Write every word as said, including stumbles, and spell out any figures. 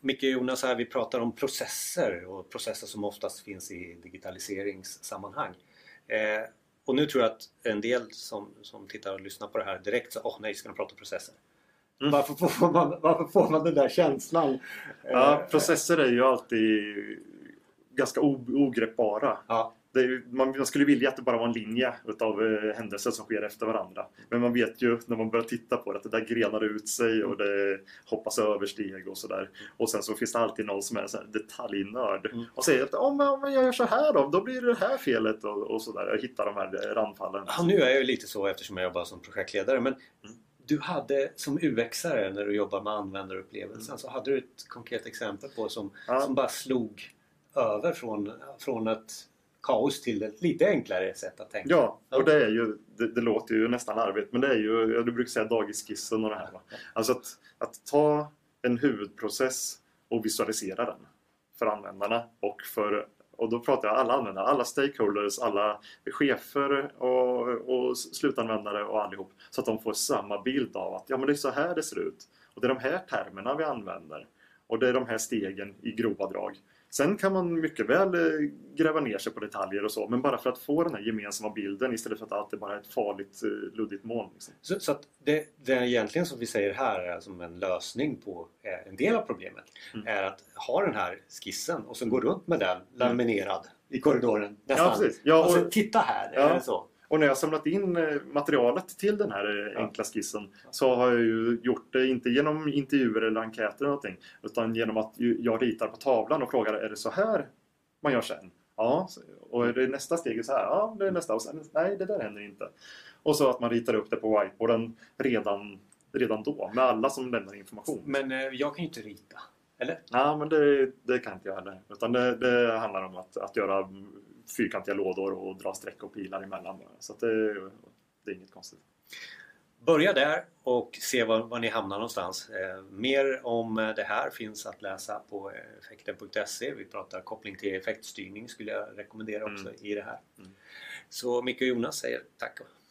Micke och Jonas här, vi pratar om processer och processer som oftast finns i digitaliseringssammanhang. Eh, och nu tror jag att en del som, som tittar och lyssnar på det här direkt så, åh oh, nej, ska de prata processer? Mm. Varför, får man, varför får man den där känslan? Ja, processer är ju alltid ganska ogreppbara. Ja. Det är ju, man, man skulle vilja att det bara var en linje utav eh, händelser som sker efter varandra. Men man vet ju när man börjar titta på det att det där grenar ut sig och det hoppas över steg och sådär. Och sen så finns det alltid någon som är en sån här detaljnörd mm. och säger att om oh, jag gör så här då, då blir det här felet och, och sådär. Jag hittar de här randfallen. Ja, nu är jag ju lite så eftersom jag jobbar som projektledare, men mm. du hade som U X-are när du jobbar med användarupplevelsen mm. så hade du ett konkret exempel på som, ja. som bara slog över från, från ett kaos till ett lite enklare sätt att tänka. Ja, och det är ju det, det låter ju nästan arbete, men det är ju, du brukar säga dagisskissen och det här. Va? Alltså att, att ta en huvudprocess och visualisera den för användarna och för, och då pratar jag alla användare, alla stakeholders, alla chefer och, och slutanvändare och allihop, så att de får samma bild av att ja, men det är så här det ser ut och det är de här termerna vi använder och det är de här stegen i grova drag. Sen kan man mycket väl gräva ner sig på detaljer och så, men bara för att få den här gemensamma bilden istället för att allt är bara ett farligt, luddigt moln. Liksom. Så, så att det, det är egentligen som vi säger här är som en lösning på en del av problemet mm. är att ha den här skissen och så gå runt med den laminerad mm. i korridoren nästan. Ja, precis. Ja, och, och så titta här, ja. är det så? Och när jag har samlat in materialet till den här enkla skissen så har jag ju gjort det inte genom intervjuer eller enkäter eller någonting, utan genom att jag ritar på tavlan och frågar, är det så här man gör sen? Ja, och är det nästa steg så här? Ja, det är nästa. Och sen, nej, det där händer inte. Och så att man ritar upp det på whiteboarden redan, redan då med alla som lämnar information. Men eh, jag kan ju inte rita, eller? Nej, men det, det kan inte jag heller. Utan det, det handlar om att, att göra fyrkantiga lådor och dra streck och pilar emellan. Så att det, det är inget konstigt. Börja där och se var, var ni hamnar någonstans. Eh, mer om det här finns att läsa på effekten punkt se. Vi pratar koppling till effektstyrning skulle jag rekommendera också mm. i det här. Mm. Så Micke och Jonas säger tack.